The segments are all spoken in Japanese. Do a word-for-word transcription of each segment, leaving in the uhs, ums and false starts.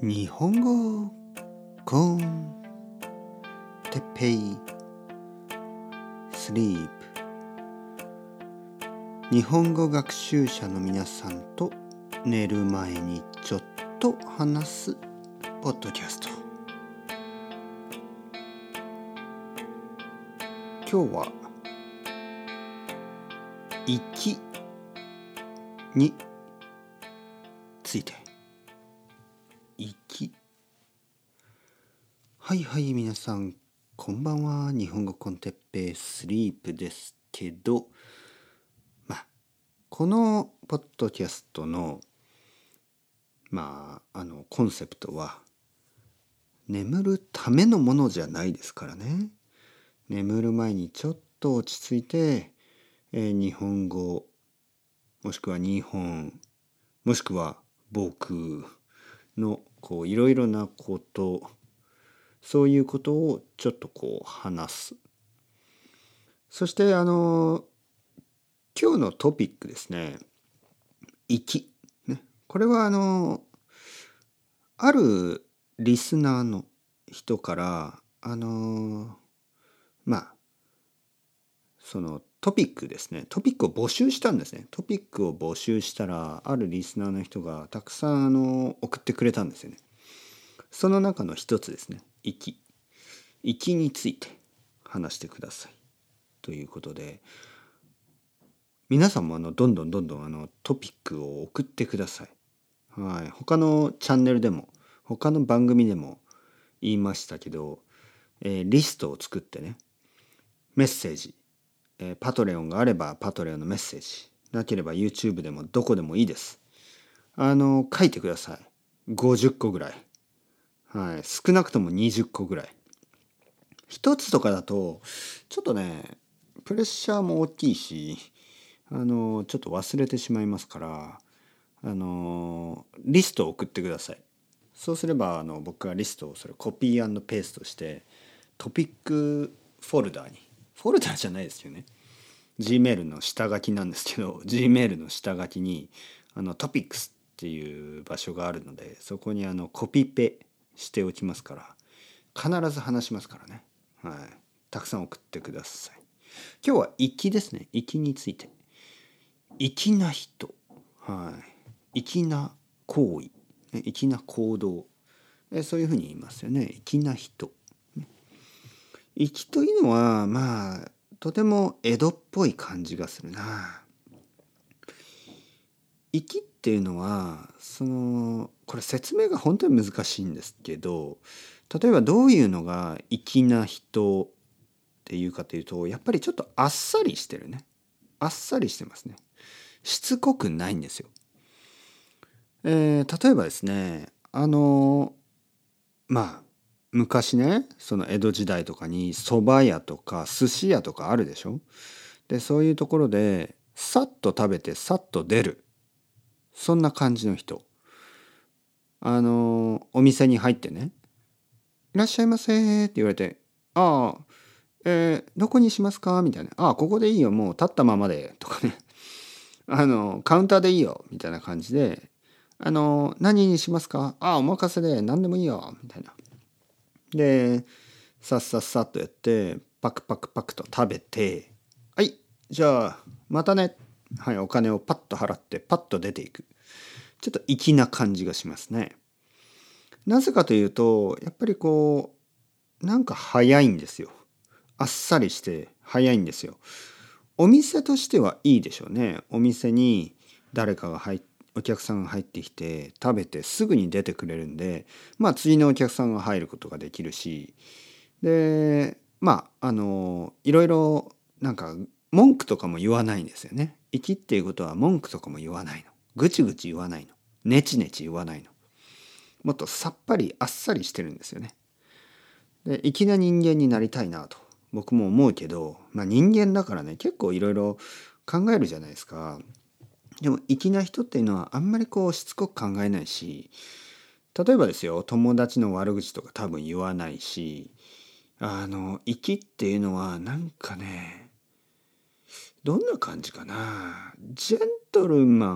日本語コンテッペイスリープ。日本語学習者の皆さんと寝る前にちょっと話すポッドキャスト。今日は生きについて。生き。はいはい皆さんこんばんは。日本語コンテッペイスリープですけど、まあこのポッドキャストのまああのコンセプトは眠るためのものじゃないですからね。眠る前にちょっと落ち着いて、えー、日本語もしくは日本もしくは僕のこういろいろなこと、そういうことをちょっとこう話す。そしてあの今日のトピックですね。生き、ね、これはあのあるリスナーの人からあのまあそのトピックですね。トピックを募集したんですね。トピックを募集したらあるリスナーの人がたくさんあの送ってくれたんですよね。その中の一つですね。生き。生きについて話してください。ということで、皆さんもあのどんどんどんどんあのトピックを送ってください。はい。他のチャンネルでも、他の番組でも言いましたけど、えー、リストを作ってね、メッセージ、えー、パトレオンがあればパトレオンのメッセージ、なければ YouTube でもどこでもいいです。あの書いてください。ごじゅっこぐらい。はい。少なくともにじゅっこぐらい。一つとかだとちょっとねプレッシャーも大きいし、あのちょっと忘れてしまいますから、あのリストを送ってください。そうすればあの僕はリストをそれコピー&ペーストしてトピックフォルダーに、フォルダーじゃないですよね、 Gmail の下書きなんですけど Gmail の下書きにあのトピックスっていう場所があるので、そこにあのコピペしておきますから、必ず話しますからね。はい、たくさん送ってください。今日は粋ですね。粋について。粋な人、はい、粋な行為、粋な行動、えそういうふうに言いますよね。粋な人。粋というのはまあとても江戸っぽい感じがするな。粋っていうのはそのこれ説明が本当に難しいんですけど、例えばどういうのが粋な人っていうかというと、やっぱりちょっとあっさりしてるね。あっさりしてますね。しつこくないんですよ。えー、例えばですね、あのまあ昔ね、その江戸時代とかに蕎麦屋とか寿司屋とかあるでしょ。でそういうところでさっと食べてさっと出る、そんな感じの人。あのお店に入ってね、いらっしゃいませって言われて、ああ、えー、どこにしますかみたいな。ああ、ここでいいよ、もう立ったままでとかね。あのカウンターでいいよみたいな感じで、あの何にしますか、ああお任せで何でもいいよみたいな。でさっさっさっとやってパクパクパクと食べて、はいじゃあまたね、はい、お金をパッと払ってパッと出ていく。ちょっと粋な感じがしますね。なぜかというとやっぱりこうなんか早いんですよ。あっさりして早いんですよ。お店としてはいいでしょうね。お店に誰かが入っお客さんが入ってきて食べてすぐに出てくれるんで、まあ次のお客さんが入ることができるし、でまああのいろいろなんか文句とかも言わないんですよね。粋っていうことは文句とかも言わないの。ぐちぐち言わないの。ネチネチ言わないの。もっとさっぱりあっさりしてるんですよね。で粋な人間になりたいなと僕も思うけど、まあ人間だからね結構いろいろ考えるじゃないですか。でも粋な人っていうのはあんまりこうしつこく考えないし、例えばですよ、友達の悪口とか多分言わないし、あの粋っていうのはなんかね、どんな感じかな、ジェントルマン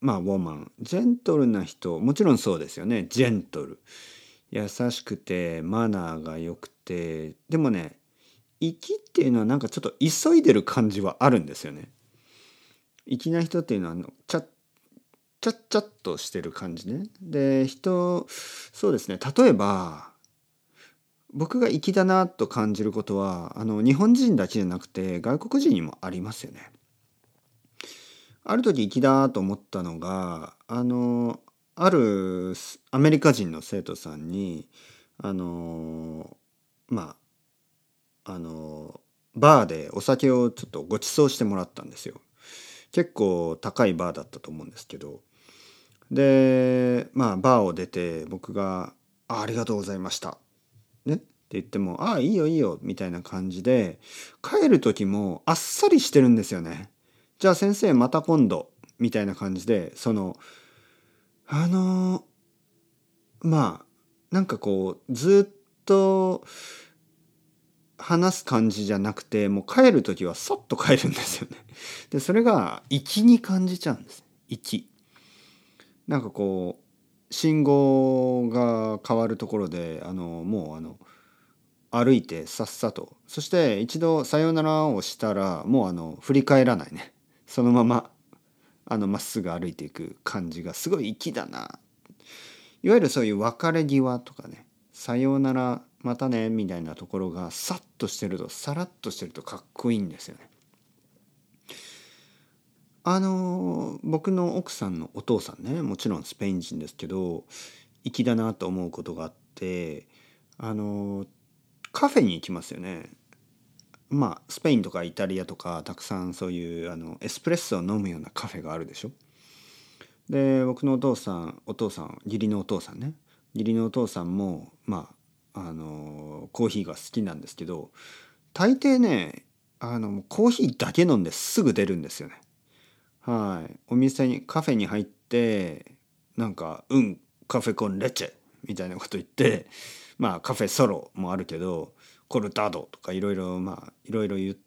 まあウォーマン、ジェントルな人、もちろんそうですよね。ジェントル、優しくてマナーが良くて、でもね、粋っていうのはなんかちょっと急いでる感じはあるんですよね。粋な人っていうのはあのちゃっちゃっちゃっとしてる感じね。で、人、そうですね。例えば僕が粋だなと感じることは、あの日本人だけじゃなくて外国人にもありますよね。ある時粋だと思ったのが、あのあるアメリカ人の生徒さんに、あのまああのバーでお酒をちょっとご馳走してもらったんですよ。結構高いバーだったと思うんですけど、でまあバーを出て僕が「あ、ありがとうございました」ねって言っても「ああいいよいいよ」みたいな感じで、帰る時もあっさりしてるんですよね。じゃあ先生また今度みたいな感じで、そのあのまあなんかこうずっと話す感じじゃなくて、もう帰る時はさっと帰るんですよね。でそれが粋に感じちゃうんです。粋。なんかこう信号が変わるところで、あのもうあの歩いてさっさと、そして一度さよならをしたらもうあの振り返らないね。そのままあのまっすぐ歩いていく感じがすごい粋だな。いわゆるそういう別れ際とかね、さようならまたねみたいなところがさっとしてると、さらっとしてるとかっこいいんですよね。あの僕の奥さんのお父さんね、もちろんスペイン人ですけど、粋だなと思うことがあって、あのカフェに行きますよね。まあスペインとかイタリアとかたくさんそういうあのエスプレッソを飲むようなカフェがあるでしょ。で僕のお父さんお父さん義理のお父さんね、義理のお父さんもまああのコーヒーが好きなんですけど、大抵ね、あのコーヒーだけ飲んですぐ出るんですよね。はい、お店にカフェに入ってなんか「うんカフェコンレチェ」みたいなこと言って、まあカフェソロもあるけどコルタドとかいろいろまあいろいろ言って、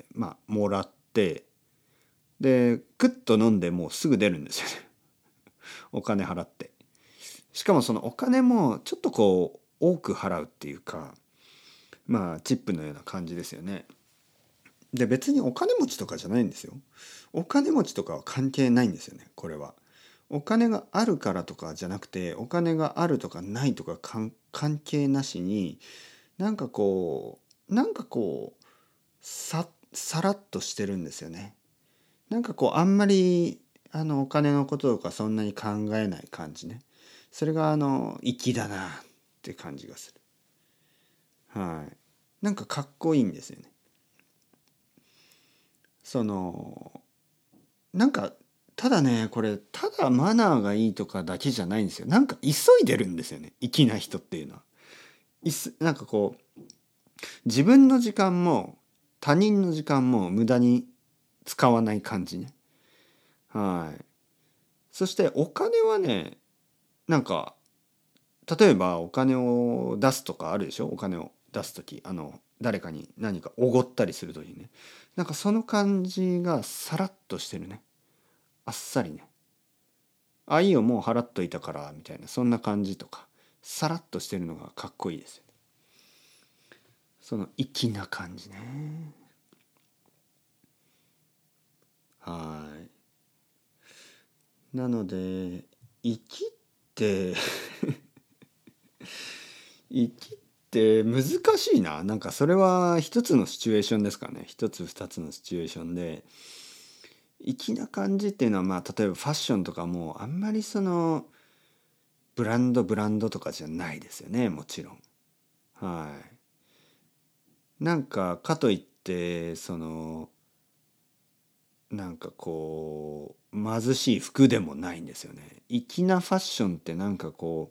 まあもらって、でクッと飲んでもうすぐ出るんですよね。お金払って。しかもそのお金もちょっとこう多く払うっていうか、まあチップのような感じですよね。で別にお金持ちとかじゃないんですよ。お金持ちとかは関係ないんですよね、これは。お金があるからとかじゃなくて、お金があるとかないとか関係なしに、なんかこうなんかこうささらっとしてるんですよね。なんかこうあんまりあのお金のこととかそんなに考えない感じね。それがあの粋だなって感じがする。はい。なんかかっこいいんですよね。そのなんかただね、これただマナーがいいとかだけじゃないんですよ。なんか急いでるんですよね、粋な人っていうのは。いすなんかこう自分の時間も他人の時間も無駄に使わない感じね。はい。そしてお金はね、なんか例えばお金を出すとかあるでしょ。お金を出す時、あの誰かに何かおごったりする時にね、なんかその感じがさらっとしてるね。あっさりね。あ、いいよもう払っといたからみたいな、そんな感じとかさらっとしてるのがかっこいいですよね。その粋な感じね。はい。なので粋って粋って難しいな。なんかそれは一つのシチュエーションですかね。一つ二つのシチュエーションで、粋な感じっていうのは、まあ例えばファッションとかもあんまりそのブランドブランドとかじゃないですよね、もちろん。はい。なんかかといってそのなんかこう貧しい服でもないんですよね。粋なファッションってなんかこ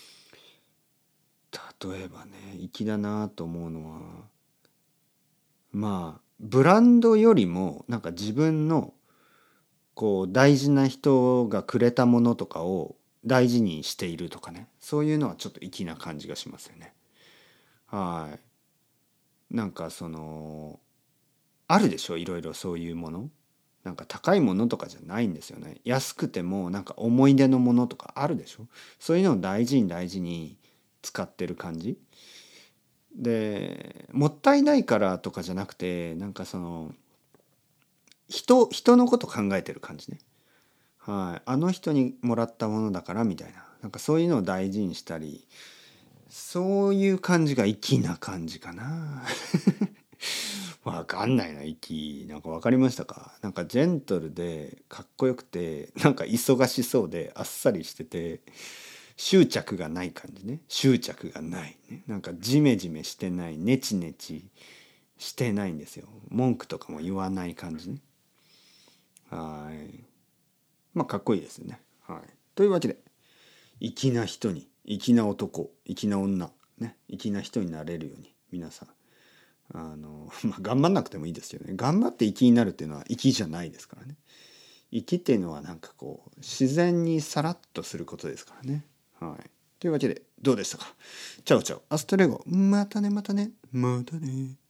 う、例えばね、粋だなと思うのは、まあブランドよりもなんか自分のこう大事な人がくれたものとかを大事にしているとかね、そういうのはちょっと粋な感じがしますよね。はい。なんかそのあるでしょ、いろいろそういうもの。 なんか高いものとかじゃないんですよね。安くてもなんか思い出のものとかあるでしょ。そういうのを大事に大事に使ってる感じで、もったいないからとかじゃなくて、なんかその人人のこと考えてる感じね。はい、あの人にもらったものだからみたいな、なんかそういうのを大事にしたり、そういう感じが粋な感じかな。わかんないな、粋。なんかわかりましたか？なんかジェントルでかっこよくて、なんか忙しそうであっさりしてて、執着がない感じね。執着がないね。なんかジメジメしてない、ネチネチしてないんですよ。文句とかも言わない感じね。はい。まあかっこいいですね。はい。というわけで、粋な人に、粋な男、粋な女、ね、粋な人になれるように皆さん、あの、まあ、頑張んなくてもいいですよね。頑張って粋になるっていうのは粋じゃないですからね。粋っていうのはなんかこう自然にさらっとすることですからね。はい。というわけでどうでしたか。チャオチャオアストレゴ、またねまたねまたね。